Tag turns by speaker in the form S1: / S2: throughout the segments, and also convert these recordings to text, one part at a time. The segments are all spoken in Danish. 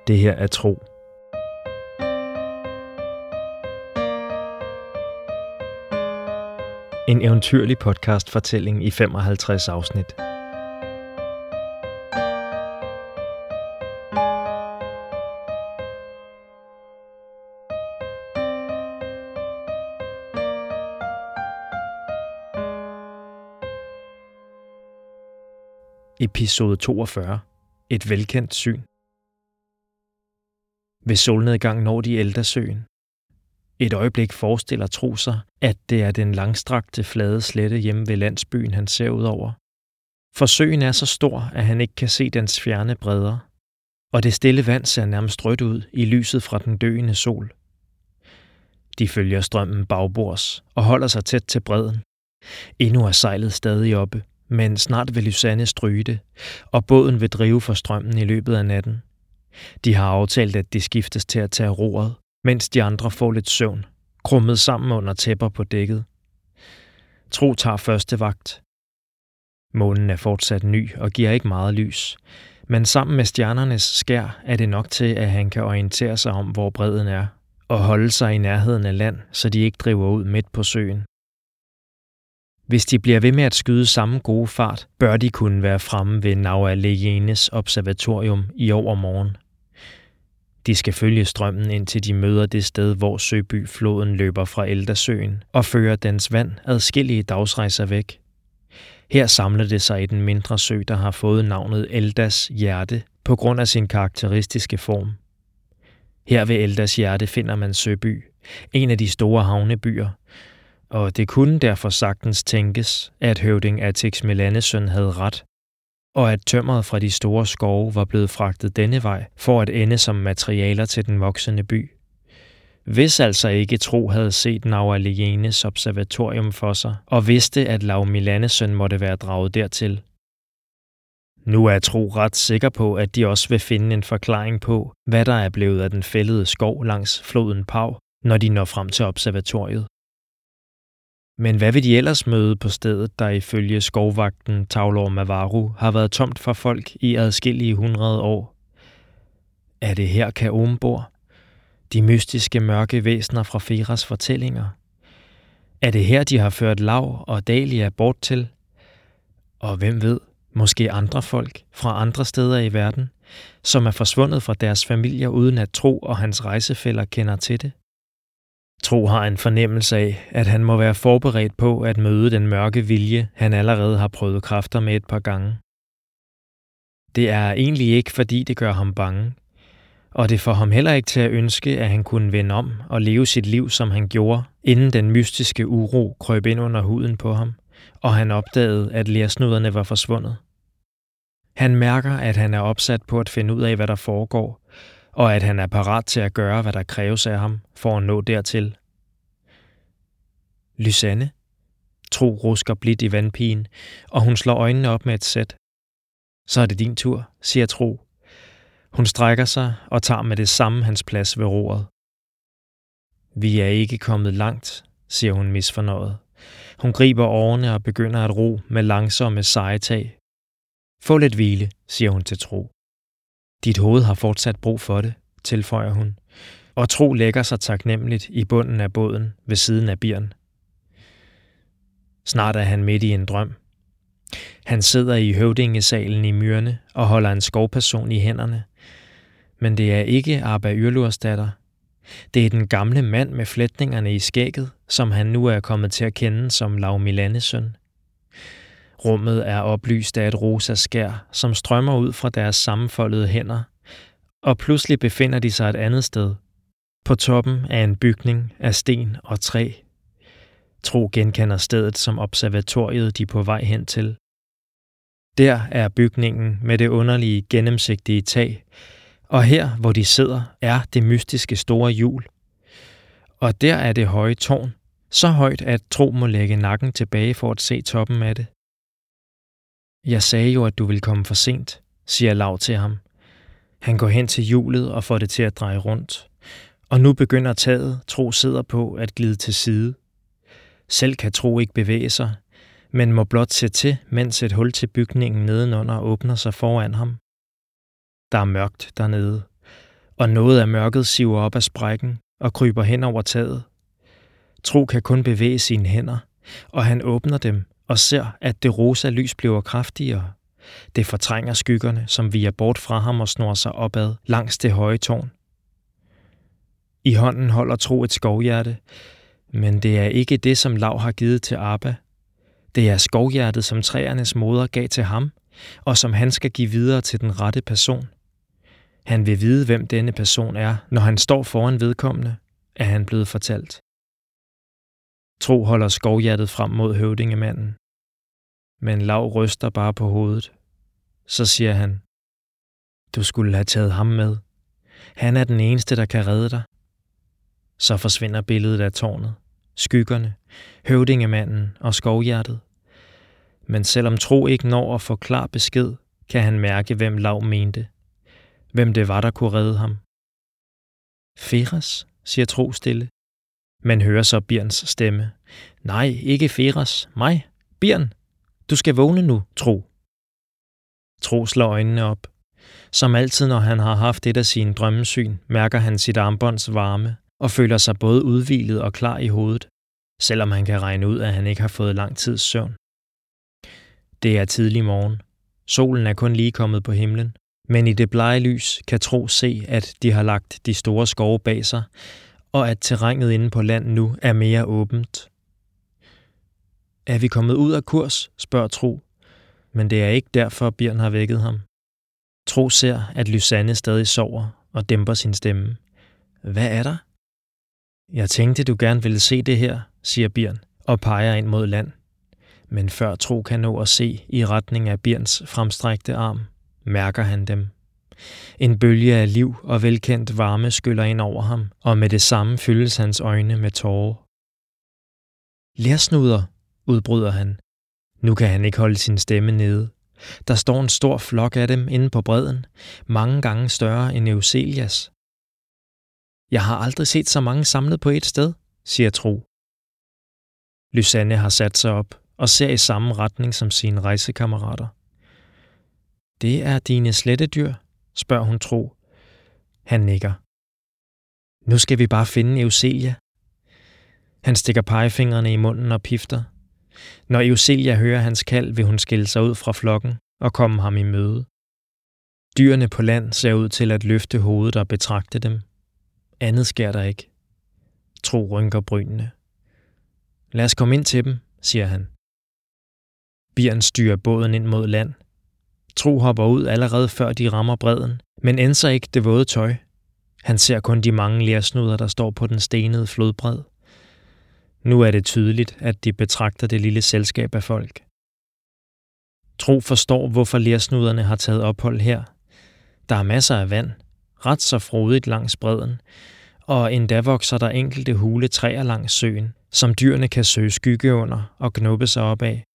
S1: Det her er Tro. En eventyrlig podcast-fortælling i 55 afsnit. Episode 42. Et velkendt syn. Ved solnedgang når de Eldasøen. Et øjeblik forestiller Tro sig, at det er den langstrakte flade slette hjemme ved landsbyen, han ser ud over. For søen er så stor, at han ikke kan se dens fjerne bredder, og det stille vand ser nærmest rødt ud i lyset fra den døende sol. De følger strømmen bagbords og holder sig tæt til bredden. Endnu er sejlet stadig oppe, men snart vil Lysanne stryge det, og båden vil drive for strømmen i løbet af natten. De har aftalt, at de skiftes til at tage roret, mens de andre får lidt søvn, krummet sammen under tæpper på dækket. Tro tager første vagt. Månen er fortsat ny og giver ikke meget lys, men sammen med stjernernes skær er det nok til, at han kan orientere sig om, hvor bredden er, og holde sig i nærheden af land, så de ikke driver ud midt på søen. Hvis de bliver ved med at skyde samme gode fart, bør de kunne være fremme ved Naualeyenes observatorium i overmorgen. De skal følge strømmen indtil de møder det sted, hvor Søby-floden løber fra Eldasøen og fører dens vand adskillige dagsrejser væk. Her samler det sig i den mindre sø, der har fået navnet Eldas Hjerte på grund af sin karakteristiske form. Her ved Eldas Hjerte finder man Søby, en af de store havnebyer, og det kunne derfor sagtens tænkes, at høvding Atix Melannesøn havde ret, og at tømmeret fra de store skove var blevet fragtet denne vej for at ende som materialer til den voksende by. Hvis altså ikke Tro havde set Naualeyenes observatorium for sig, og vidste, at Lau Melannesøn måtte være draget dertil. Nu er Tro ret sikker på, at de også vil finde en forklaring på, hvad der er blevet af den fældede skov langs floden Pau, når de når frem til observatoriet. Men hvad vil de ellers møde på stedet, der ifølge skovvagten Taulor Mavaru har været tomt for folk i adskillige 100 år? Er det her Kaom bor? De mystiske mørke væsener fra Feras fortællinger? Er det her, de har ført Lau og Dalia bort til? Og hvem ved, måske andre folk fra andre steder i verden, som er forsvundet fra deres familier uden at Tro og hans rejsefæller kender til det? Tro har en fornemmelse af, at han må være forberedt på at møde den mørke vilje, han allerede har prøvet kræfter med et par gange. Det er egentlig ikke, fordi det gør ham bange, og det får ham heller ikke til at ønske, at han kunne vende om og leve sit liv, som han gjorde, inden den mystiske uro krøb ind under huden på ham, og han opdagede, at lersnuderne var forsvundet. Han mærker, at han er opsat på at finde ud af, hvad der foregår, og at han er parat til at gøre, hvad der kræves af ham, for at nå dertil. Lysanne? Tro rusker blidt i vandpigen, og hun slår øjnene op med et sæt. Så er det din tur, siger Tro. Hun strækker sig og tager med det samme hans plads ved roret. Vi er ikke kommet langt, siger hun misfornøjet. Hun griber årene og begynder at ro med langsomme seje tag. Få lidt hvile, siger hun til Tro. Dit hoved har fortsat brug for det, tilføjer hun, og Tro lægger sig taknemmeligt i bunden af båden ved siden af birn. Snart er han midt i en drøm. Han sidder i høvdingesalen i Myrne og holder en skovperson i hænderne. Men det er ikke Arba Yrlursdatter. Det er den gamle mand med flætningerne i skægget, som han nu er kommet til at kende som Lau Melannesøn. Rummet er oplyst af et rosa skær, som strømmer ud fra deres sammenfoldede hænder, og pludselig befinder de sig et andet sted, på toppen af en bygning af sten og træ. Tro genkender stedet som observatoriet, de er på vej hen til. Der er bygningen med det underlige gennemsigtige tag, og her, hvor de sidder, er det mystiske store hjul. Og der er det høje tårn, så højt, at Tro må lægge nakken tilbage for at se toppen af det. Jeg sagde jo, at du ville komme for sent, siger Lau til ham. Han går hen til hjulet og får det til at dreje rundt. Og nu begynder taget, Tro sidder på, at glide til side. Selv kan Tro ikke bevæge sig, men må blot se til, mens et hul til bygningen nedenunder åbner sig foran ham. Der er mørkt dernede, og noget af mørket siver op af sprækken og kryber hen over taget. Tro kan kun bevæge sine hænder, og han åbner dem og ser, at det rosa lys bliver kraftigere. Det fortrænger skyggerne, som viger bort fra ham og snor sig opad langs det høje tårn. I hånden holder Tro et skovhjerte, men det er ikke det, som Lav har givet til Abba. Det er skovhjertet, som træernes moder gav til ham, og som han skal give videre til den rette person. Han vil vide, hvem denne person er, når han står foran vedkommende, er han blevet fortalt. Tro holder skovhjertet frem mod høvdingemanden. Men Lav ryster bare på hovedet. Så siger han, du skulle have taget ham med. Han er den eneste, der kan redde dig. Så forsvinder billedet af tårnet, skyggerne, høvdingemanden og skovhjertet. Men selvom Tro ikke når at få klar besked, kan han mærke, hvem Lav mente. Hvem det var, der kunne redde ham. Feras, siger Tro stille. Men hører så Birns stemme. Nej, ikke Feras, mig, Birn. Du skal vågne nu, Tro. Tro slår øjnene op. Som altid, når han har haft et af sine drømmesyn, mærker han sit armbånds varme og føler sig både udhvilet og klar i hovedet, selvom han kan regne ud, at han ikke har fået lang tids søvn. Det er tidlig morgen. Solen er kun lige kommet på himlen, men i det blege lys kan Tro se, at de har lagt de store skove bag sig, og at terrænet inde på land nu er mere åbent. Er vi kommet ud af kurs, spørger Tro, men det er ikke derfor, Birn har vækket ham. Tro ser, at Lysanne stadig sover og dæmper sin stemme. Hvad er der? Jeg tænkte, du gerne ville se det her, siger Birn og peger ind mod land. Men før Tro kan nå at se i retning af Birns fremstrakte arm, mærker han dem. En bølge af liv og velkendt varme skyller ind over ham, og med det samme fyldes hans øjne med tårer. Lersnuder, udbryder han. Nu kan han ikke holde sin stemme nede. Der står en stor flok af dem inde på bredden, mange gange større end Euselias. Jeg har aldrig set så mange samlet på et sted, siger Tro. Lysanne har sat sig op og ser i samme retning som sine rejsekammerater. Det er dine slettedyr, spørger hun Tro. Han nikker. Nu skal vi bare finde Euselia. Han stikker pegefingrene i munden og pifter. Når Euselia hører hans kald, vil hun skille sig ud fra flokken og komme ham i møde. Dyrene på land ser ud til at løfte hovedet og betragte dem. Andet sker der ikke. Tro rynker brynene. Lad os komme ind til dem, siger han. Birn styrer båden ind mod land. Tro hopper ud allerede før de rammer bredden, men ændser ikke det våde tøj. Han ser kun de mange lersnuder, der står på den stenede flodbred. Nu er det tydeligt, at de betragter det lille selskab af folk. Tro forstår, hvorfor lersnuderne har taget ophold her. Der er masser af vand, ret så frodigt langs bredden, og endda vokser der enkelte hule træer langs søen, som dyrene kan søge skygge under og knuppe sig op af.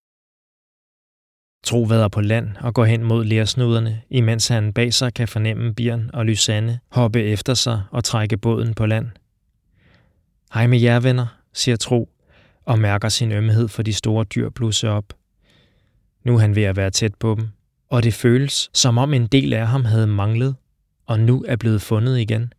S1: Tro vader på land og går hen mod lersnuderne, imens han bag sig kan fornemme Birn og Lysanne hoppe efter sig og trække båden på land. Hej med jer, venner, siger Tro, og mærker sin ømhed for de store dyr blusse op. Nu er han ved at være tæt på dem, og det føles, som om en del af ham havde manglet, og nu er blevet fundet igen.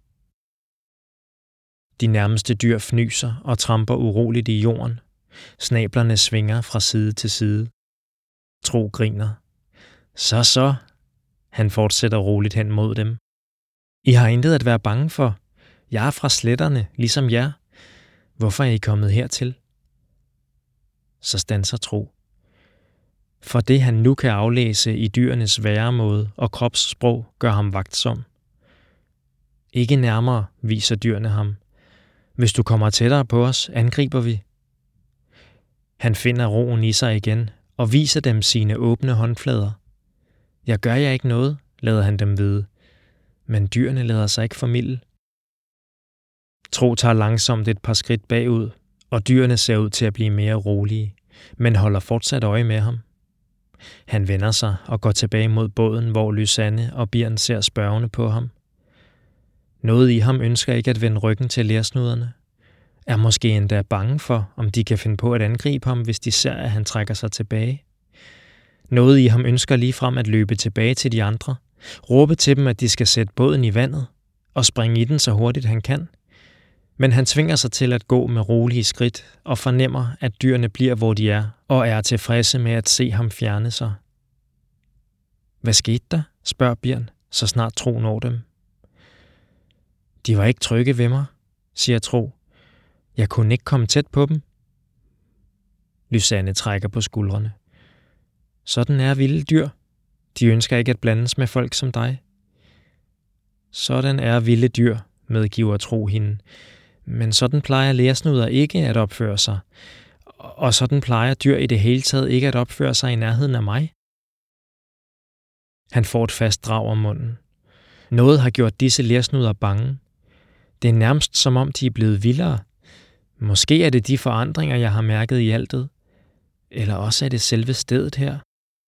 S1: De nærmeste dyr fnyser og tramper uroligt i jorden. Snablerne svinger fra side til side. Tro griner. Så. Han fortsætter roligt hen mod dem. I har intet at være bange for. Jeg er fra sletterne, ligesom jer. Hvorfor er I kommet hertil? Så standser Tro. For det han nu kan aflæse i dyrenes væremåde og kropssprog gør ham vagtsom. Ikke nærmere, viser dyrene ham. Hvis du kommer tættere på os, angriber vi. Han finder roen i sig igen og viser dem sine åbne håndflader. Jeg gør jer ikke noget, lader han dem vide. Men dyrene lader sig ikke formilde. Tro tager langsomt et par skridt bagud, og dyrene ser ud til at blive mere rolige, men holder fortsat øje med ham. Han vender sig og går tilbage mod båden, hvor Lysanne og Birn ser spørgende på ham. Noget i ham ønsker ikke at vende ryggen til lersnuderne. Er måske endda bange for, om de kan finde på at angribe ham, hvis de ser, at han trækker sig tilbage. Noget i ham ønsker ligefrem at løbe tilbage til de andre, råbe til dem, at de skal sætte båden i vandet, og springe i den så hurtigt han kan. Men han tvinger sig til at gå med rolige skridt og fornemmer, at dyrene bliver, hvor de er, og er tilfredse med at se ham fjerne sig. Hvad skete der? Spørger Birn, så snart Tro når dem. De var ikke trygge ved mig, siger Tro. Jeg kunne ikke komme tæt på dem. Lysanne trækker på skuldrene. Sådan er vilde dyr. De ønsker ikke at blandes med folk som dig. Sådan er vilde dyr, medgiver Tro hende. Men sådan plejer læresnuder ikke at opføre sig. Og sådan plejer dyr i det hele taget ikke at opføre sig i nærheden af mig. Han får et fast drag om munden. Noget har gjort disse læresnuder bange. Det er nærmest som om de er blevet vildere. Måske er det de forandringer, jeg har mærket i altet. Eller også er det selve stedet her.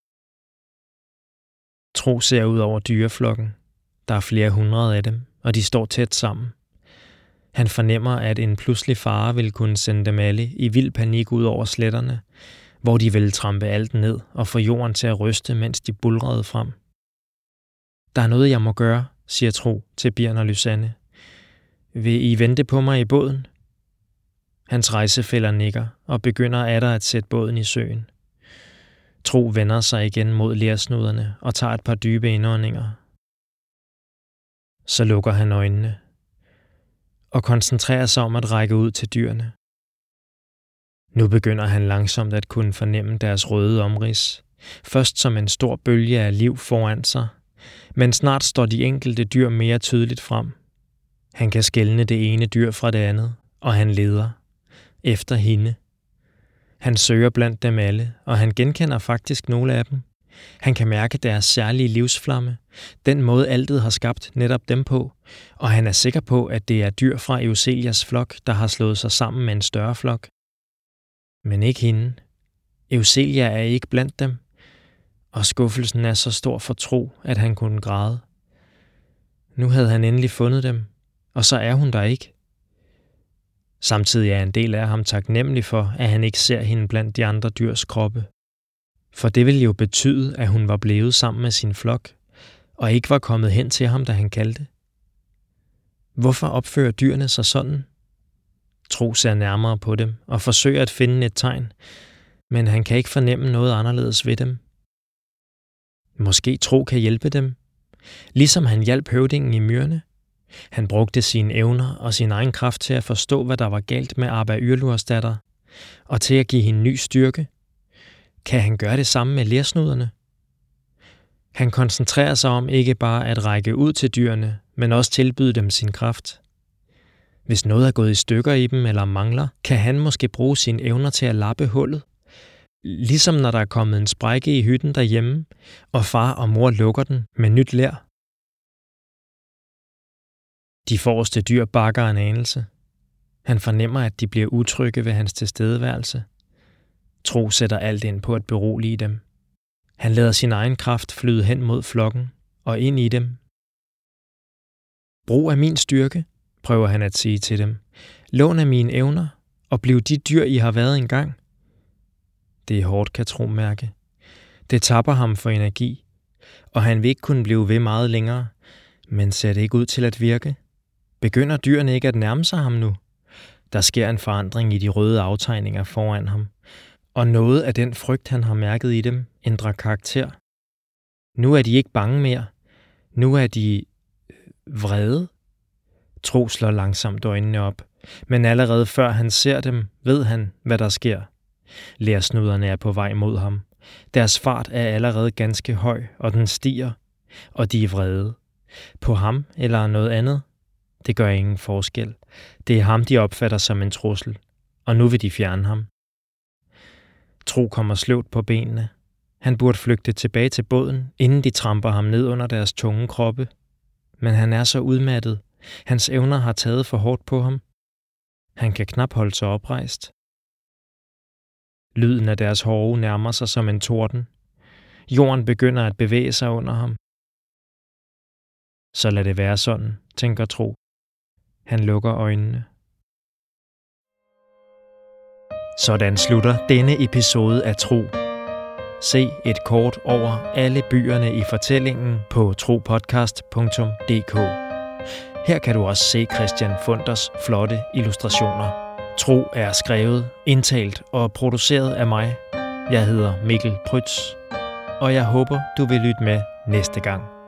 S1: Tro ser ud over dyreflokken. Der er flere hundrede af dem, og de står tæt sammen. Han fornemmer, at en pludselig fare vil kunne sende dem alle i vild panik ud over sletterne, hvor de vil trampe alt ned og få jorden til at ryste, mens de bulrede frem. Der er noget, jeg må gøre, siger Tro til Birn og Lysanne. Vil I vente på mig i båden? Hans rejsefæller nikker og begynder atter at sætte båden i søen. Tro vender sig igen mod lersnuderne og tager et par dybe indåndinger. Så lukker han øjnene og koncentrerer sig om at række ud til dyrene. Nu begynder han langsomt at kunne fornemme deres røde omrids, først som en stor bølge af liv foran sig, men snart står de enkelte dyr mere tydeligt frem. Han kan skelne det ene dyr fra det andet, og han leder efter hende. Han søger blandt dem alle, og han genkender faktisk nogle af dem. Han kan mærke deres særlige livsflamme, den måde altet har skabt netop dem på, og han er sikker på, at det er dyr fra Euselias flok, der har slået sig sammen med en større flok. Men ikke hende. Euselia er ikke blandt dem, og skuffelsen er så stor for Tro, at han kunne græde. Nu havde han endelig fundet dem, og så er hun der ikke. Samtidig er en del af ham taknemmelig for, at han ikke ser hende blandt de andre dyrs kroppe. For det ville jo betyde, at hun var blevet sammen med sin flok, og ikke var kommet hen til ham, da han kaldte. Hvorfor opfører dyrene sig sådan? Tro ser nærmere på dem og forsøger at finde et tegn, men han kan ikke fornemme noget anderledes ved dem. Måske Tro kan hjælpe dem, ligesom han hjalp høvdingen i myrerne. Han brugte sine evner og sin egen kraft til at forstå, hvad der var galt med Abba Yrlurs datter, og til at give hende ny styrke. Kan han gøre det samme med lersnuderne? Han koncentrerer sig om ikke bare at række ud til dyrene, men også tilbyde dem sin kraft. Hvis noget er gået i stykker i dem eller mangler, kan han måske bruge sine evner til at lappe hullet. Ligesom når der er kommet en sprække i hytten derhjemme, og far og mor lukker den med nyt ler. De forreste dyr bakker en anelse. Han fornemmer, at de bliver utrygge ved hans tilstedeværelse. Tro sætter alt ind på at berolige dem. Han lader sin egen kraft flyde hen mod flokken og ind i dem. Brug af min styrke, prøver han at sige til dem. Lån af mine evner og bliv de dyr, I har været engang. Det er hårdt, kan Tro mærke. Det tapper ham for energi, og han vil ikke kunne blive ved meget længere, men ser det ikke ud til at virke? Begynder dyrene ikke at nærme sig ham nu? Der sker en forandring i de røde aftegninger foran ham, og noget af den frygt, han har mærket i dem, ændrer karakter. Nu er de ikke bange mere. Nu er de vrede. Tro slår langsomt øjnene op, men allerede før han ser dem, ved han, hvad der sker. Lersnuderne er på vej mod ham. Deres fart er allerede ganske høj, og den stiger, og de er vrede. På ham eller noget andet? Det gør ingen forskel. Det er ham, de opfatter som en trussel, og nu vil de fjerne ham. Tro kommer sløvt på benene. Han burde flygte tilbage til båden, inden de tramper ham ned under deres tunge kroppe. Men han er så udmattet. Hans evner har taget for hårdt på ham. Han kan knap holde sig oprejst. Lyden af deres hove nærmer sig som en torden. Jorden begynder at bevæge sig under ham. Så lad det være sådan, tænker Tro. Han lukker øjnene. Sådan slutter denne episode af Tro. Se et kort over alle byerne i fortællingen på tropodcast.dk. Her kan du også se Christian Funders flotte illustrationer. Tro er skrevet, indtalt og produceret af mig. Jeg hedder Mikkel Prytz, og jeg håber, du vil lytte med næste gang.